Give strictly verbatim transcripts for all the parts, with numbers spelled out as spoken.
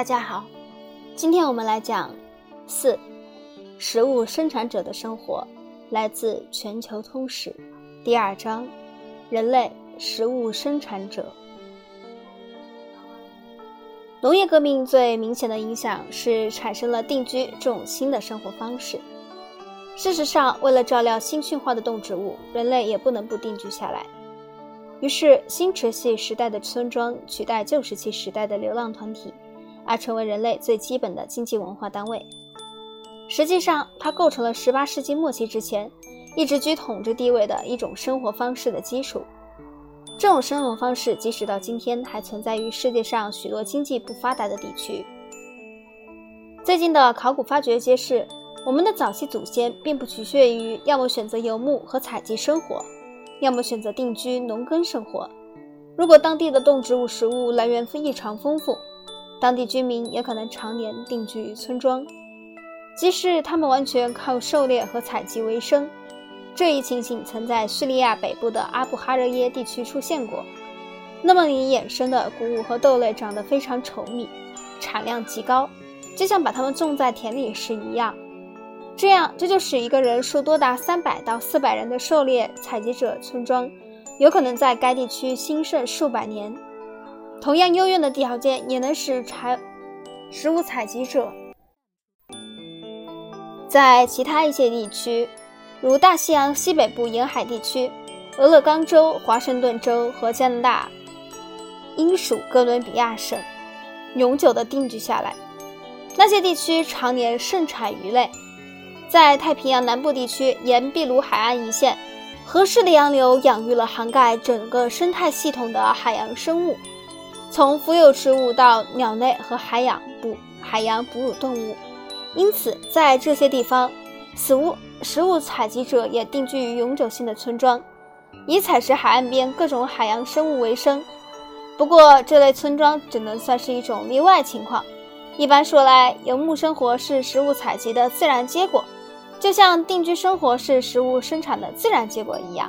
大家好，今天我们来讲四食物生产者的生活，来自全球通史第二章人类食物生产者。农业革命最明显的影响是产生了定居这种新的生活方式。事实上，为了照料新驯化的动植物，人类也不能不定居下来。于是新石器时代的村庄取代旧石器时代的流浪团体，而成为人类最基本的经济文化单位。实际上，它构成了十八世纪末期之前一直居统治地位的一种生活方式的基础。这种生活方式即使到今天还存在于世界上许多经济不发达的地区。最近的考古发掘揭示，我们的早期祖先并不局限于要么选择游牧和采集生活，要么选择定居农耕生活。如果当地的动植物食物来源异常丰富，当地居民也可能常年定居于村庄，即使他们完全靠狩猎和采集为生。这一情形曾在叙利亚北部的阿布哈热耶地区出现过。那么里衍生的谷物和豆类长得非常稠密，产量极高，就像把它们种在田里时一样。这样，这就使一个人数多达三百到四百人的狩猎采集者村庄有可能在该地区兴盛数百年。同样优越的条件也能使采食物采集者在其他一些地区，如大西洋西北部沿海地区、俄勒冈州、华盛顿州和加拿大英属哥伦比亚省永久地定居下来。那些地区常年盛产鱼类。在太平洋南部地区沿秘鲁海岸一线，合适的洋流养育了涵盖整个生态系统的海洋生物，从浮游植物到鸟类和海洋哺海洋哺乳动物。因此在这些地方，食物食物采集者也定居于永久性的村庄，以采食海岸边各种海洋生物为生。不过这类村庄只能算是一种例外情况。一般说来，游牧生活是食物采集的自然结果，就像定居生活是食物生产的自然结果一样。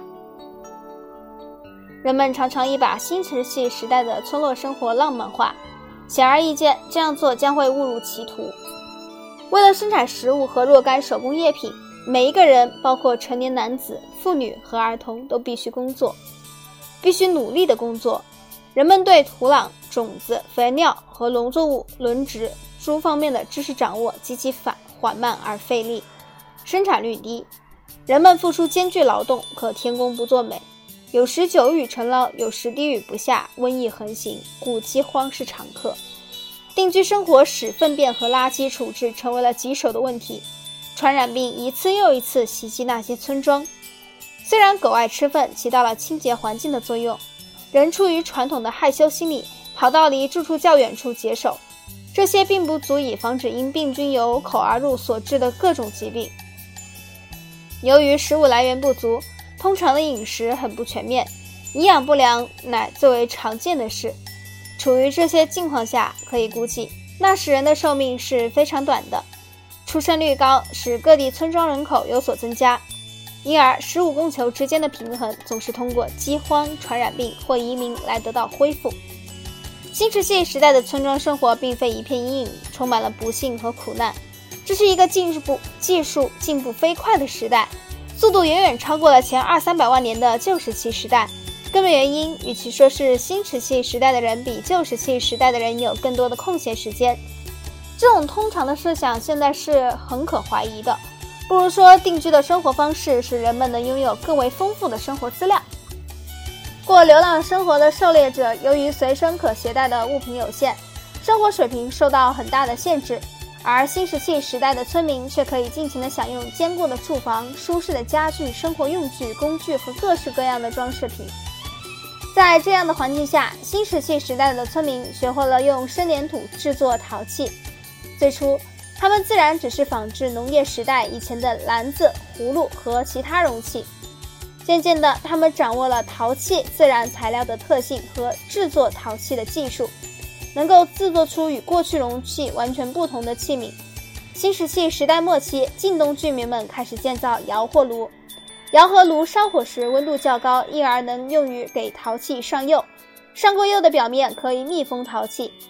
人们常常以把新石器时代的村落生活浪漫化，显而易见，这样做将会误入歧途。为了生产食物和若干手工业品，每一个人，包括成年男子、妇女和儿童，都必须工作，必须努力的工作。人们对土壤、种子、肥料和农作物轮植诸方面的知识掌握极其缓缓慢而费力，生产率低。人们付出艰巨劳动，可天公不作美。有时久雨成劳，有时滴雨不下，瘟疫横行，故饥荒是常客。定居生活使粪便和垃圾处置成为了棘手的问题，传染病一次又一次袭击那些村庄。虽然狗爱吃粪起到了清洁环境的作用，人出于传统的害羞心理，跑到离住处较远处解手，这些并不足以防止因病菌由口而入所致的各种疾病。由于食物来源不足，通常的饮食很不全面，营养不良乃最为常见的事。处于这些境况下，可以估计那时人的寿命是非常短的。出生率高使各地村庄人口有所增加，因而食物供求之间的平衡总是通过饥荒、传染病或移民来得到恢复。新石器时代的村庄生活并非一片阴影，充满了不幸和苦难。这是一个进步技术进步飞快的时代，速度远远超过了前二三百万年的旧石器时代。根本原因，与其说是新石器时代的人比旧石器时代的人有更多的空闲时间，这种通常的设想现在是很可怀疑的。不如说，定居的生活方式使人们能拥有更为丰富的生活资料。过流浪生活的狩猎者，由于随身可携带的物品有限，生活水平受到很大的限制，而新石器时代的村民却可以尽情地享用坚固的住房、舒适的家具、生活用具、工具和各式各样的装饰品。在这样的环境下，新石器时代的村民学会了用生粘土制作陶器。最初，他们自然只是仿制农业时代以前的篮子、葫芦和其他容器。渐渐的，他们掌握了陶器自然材料的特性和制作陶器的技术，能够制作出与过去容器完全不同的器皿。新石器时代末期，近东居民们开始建造窑或炉。窑和炉烧火时温度较高，因而能用于给陶器上釉。上过釉的表面可以密封陶器。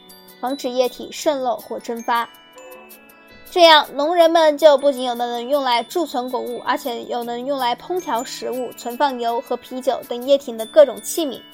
防止液体渗漏或蒸发。这样，农人们就不仅有的能用来贮存谷物，而且有能用来烹调食物、存放油和啤酒等液体的各种器皿。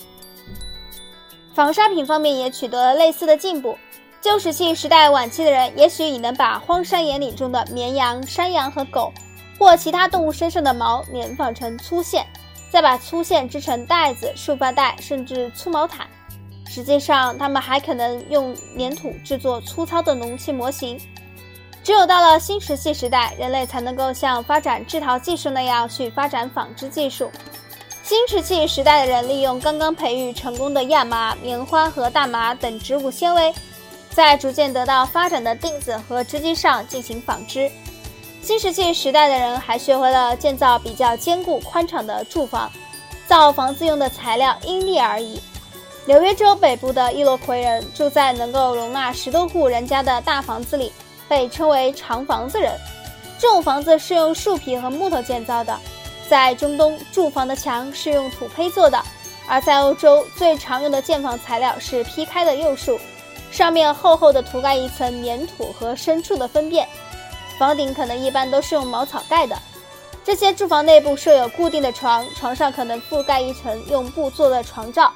纺纱品方面也取得了类似的进步。旧石器时代晚期的人也许已能把荒山野岭中的绵羊、山羊和狗或其他动物身上的毛碾纺成粗线，再把粗线织成带子、束发带，甚至粗毛毯。实际上，他们还可能用粘土制作粗糙的农器模型。只有到了新石器时代，人类才能够像发展制陶技术那样去发展纺织技术。新石器时代的人利用刚刚培育成功的亚麻、棉花和大麻等植物纤维，在逐渐得到发展的钉子和织机上进行纺织。新石器时代的人还学会了建造比较坚固宽敞的住房，造房子用的材料因地而异。纽约州北部的伊洛魁人住在能够容纳十多户人家的大房子里，被称为长房子人。这种房子是用树皮和木头建造的。在中东，住房的墙是用土坯做的，而在欧洲最常用的建房材料是劈开的柚树，上面厚厚的涂盖一层粘土和牲畜的粪便。房顶可能一般都是用茅草盖的。这些住房内部设有固定的床，床上可能覆盖一层用布做的床罩。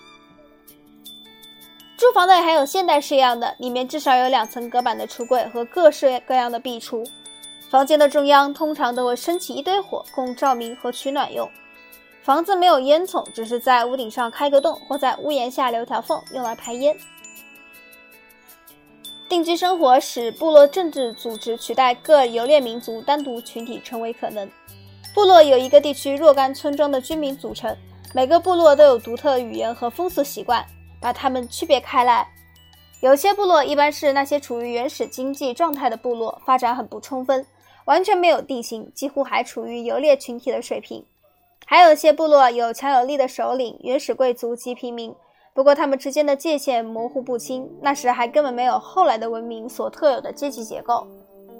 住房内还有现代式样的，里面至少有两层隔板的橱柜和各式各样的壁橱。房间的中央通常都会升起一堆火，供照明和取暖用。房子没有烟囱，只是在屋顶上开个洞，或在屋檐下留条缝，用来排烟。定居生活使部落政治组织取代各游猎民族单独群体成为可能。部落由一个地区若干村庄的居民组成，每个部落都有独特的语言和风俗习惯，把它们区别开来。有些部落一般是那些处于原始经济状态的部落，发展很不充分，完全没有地形，几乎还处于游猎群体的水平。还有些部落有强有力的首领、原始贵族及平民，不过他们之间的界限模糊不清，那时还根本没有后来的文明所特有的阶级结构。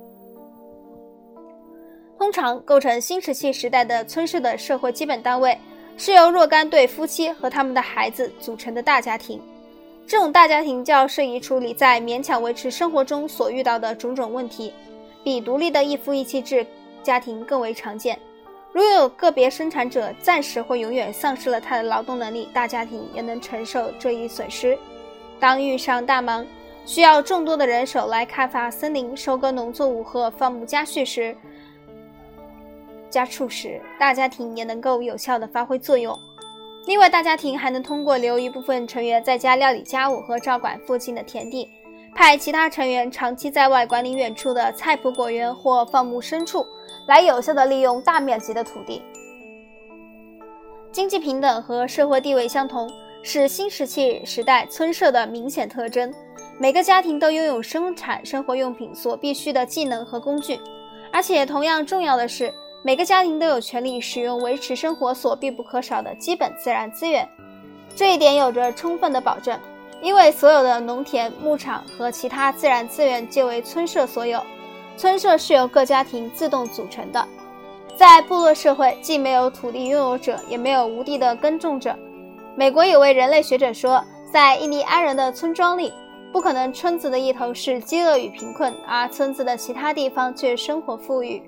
通常构成新石器时代的村市的社会基本单位是由若干对夫妻和他们的孩子组成的大家庭。这种大家庭较适宜处理在勉强维持生活中所遇到的种种问题，比独立的一夫一妻制家庭更为常见。如有个别生产者暂时或永远丧失了他的劳动能力，大家庭也能承受这一损失。当遇上大忙，需要众多的人手来开发森林、收割农作物和放牧家畜时，家畜时，大家庭也能够有效地发挥作用。另外，大家庭还能通过留一部分成员在家料理家务和照管附近的田地，派其他成员长期在外管理远处的菜圃果园或放牧牲畜，来有效地利用大面积的土地。经济平等和社会地位相同是新石器时代村社的明显特征。每个家庭都拥有生产生活用品所必需的技能和工具，而且同样重要的是，每个家庭都有权利使用维持生活所必不可少的基本自然资源。这一点有着充分的保证，因为所有的农田、牧场和其他自然资源皆为村社所有。村社是由各家庭自动组成的。在部落社会，既没有土地拥有者，也没有无地的耕种者。美国有位人类学者说，在印第安人的村庄里，不可能村子的一头是饥饿与贫困，而村子的其他地方却生活富裕。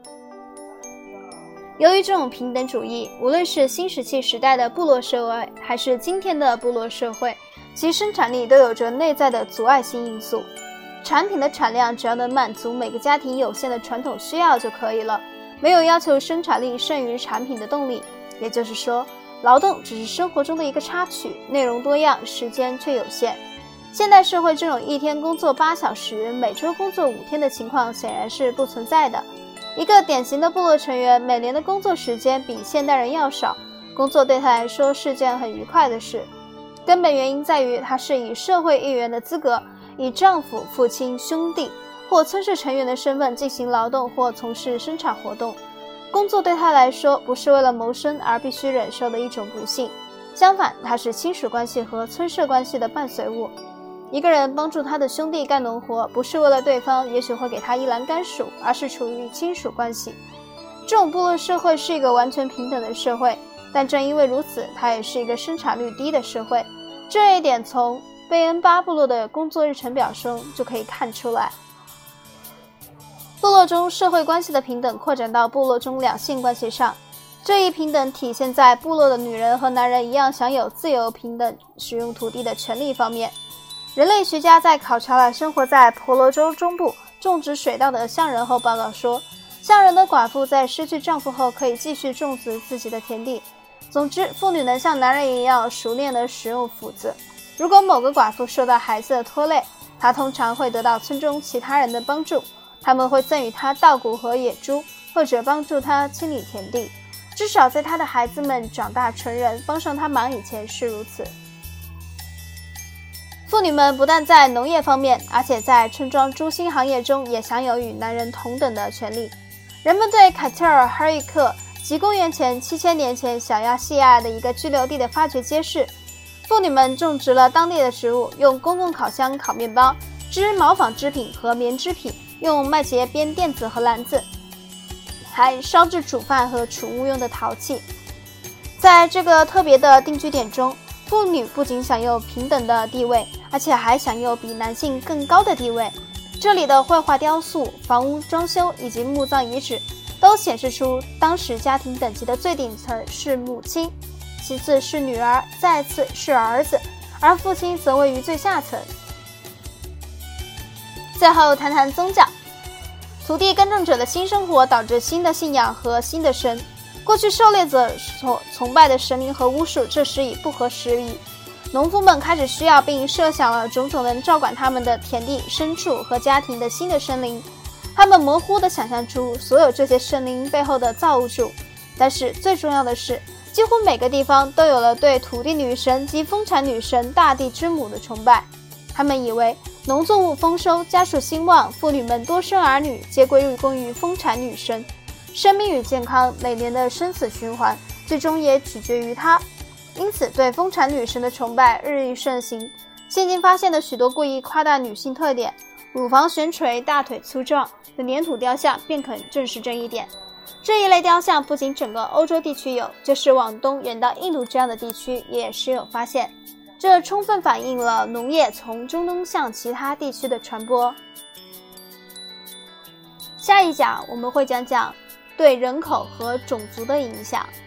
由于这种平等主义，无论是新石器时代的部落社会，还是今天的部落社会，其生产力都有着内在的阻碍性因素。产品的产量只要能满足每个家庭有限的传统需要就可以了，没有要求生产力胜于产品的动力。也就是说，劳动只是生活中的一个插曲，内容多样，时间却有限。现代社会这种一天工作八小时，每周工作五天的情况显然是不存在的。一个典型的部落成员每年的工作时间比现代人要少，工作对他来说是件很愉快的事。根本原因在于他是以社会一员的资格，以丈夫、父亲、兄弟或村社成员的身份进行劳动或从事生产活动。工作对他来说不是为了谋生而必须忍受的一种不幸，相反，它是亲属关系和村社关系的伴随物。一个人帮助他的兄弟干农活，不是为了对方也许会给他一篮甘薯，而是处于亲属关系。这种部落社会是一个完全平等的社会，但正因为如此，它也是一个生产率低的社会。这一点从贝恩巴部落的工作日程表中就可以看出来。部落中社会关系的平等扩展到部落中两性关系上，这一平等体现在部落的女人和男人一样享有自由平等使用土地的权利方面。人类学家在考察了生活在婆罗洲中部种植水稻的象人后报告说，象人的寡妇在失去丈夫后可以继续种植自己的田地。总之，妇女能像男人一样熟练地使用斧子。如果某个寡妇受到孩子的拖累，她通常会得到村中其他人的帮助，他们会赠予她稻谷和野猪，或者帮助她清理田地。至少在她的孩子们长大成人帮上她忙以前是如此。妇女们不但在农业方面，而且在村庄诸星行业中也享有与男人同等的权利。人们对凯特尔哈瑞克即公元前七千年前小亚细亚的一个居留地的发掘揭示，妇女们种植了当地的植物，用公共烤箱烤面包，织毛纺织品和棉织品，用麦秸编垫子和篮子，还烧制煮饭和储物用的陶器。在这个特别的定居点中，妇女不仅享有平等的地位，而且还享有比男性更高的地位。这里的绘画雕塑、房屋装修以及墓葬遗址都显示出当时家庭等级的最顶层是母亲，其次是女儿，再次是儿子，而父亲则位于最下层。最后谈谈宗教。土地耕种者的新生活导致新的信仰和新的神。过去狩猎者所崇拜的神灵和巫术这时已不合时宜，农夫们开始需要并设想了种种能照管他们的田地、牲畜和家庭的新的生灵。他们模糊地想象出所有这些生灵背后的造物主，但是最重要的是，几乎每个地方都有了对土地女神及丰产女神大地之母的崇拜。他们以为农作物丰收、家畜兴旺、妇女们多生儿女皆归功于丰产女神。生命与健康，每年的生死循环，最终也取决于她。因此，对丰产女神的崇拜日益盛行。现今发现的许多故意夸大女性特点，乳房悬垂、大腿粗壮的粘土雕像便可证实这一点。这一类雕像不仅整个欧洲地区有，就是往东远到印度这样的地区也时有发现。这充分反映了农业从中东向其他地区的传播。下一讲我们会讲讲对人口和种族的影响。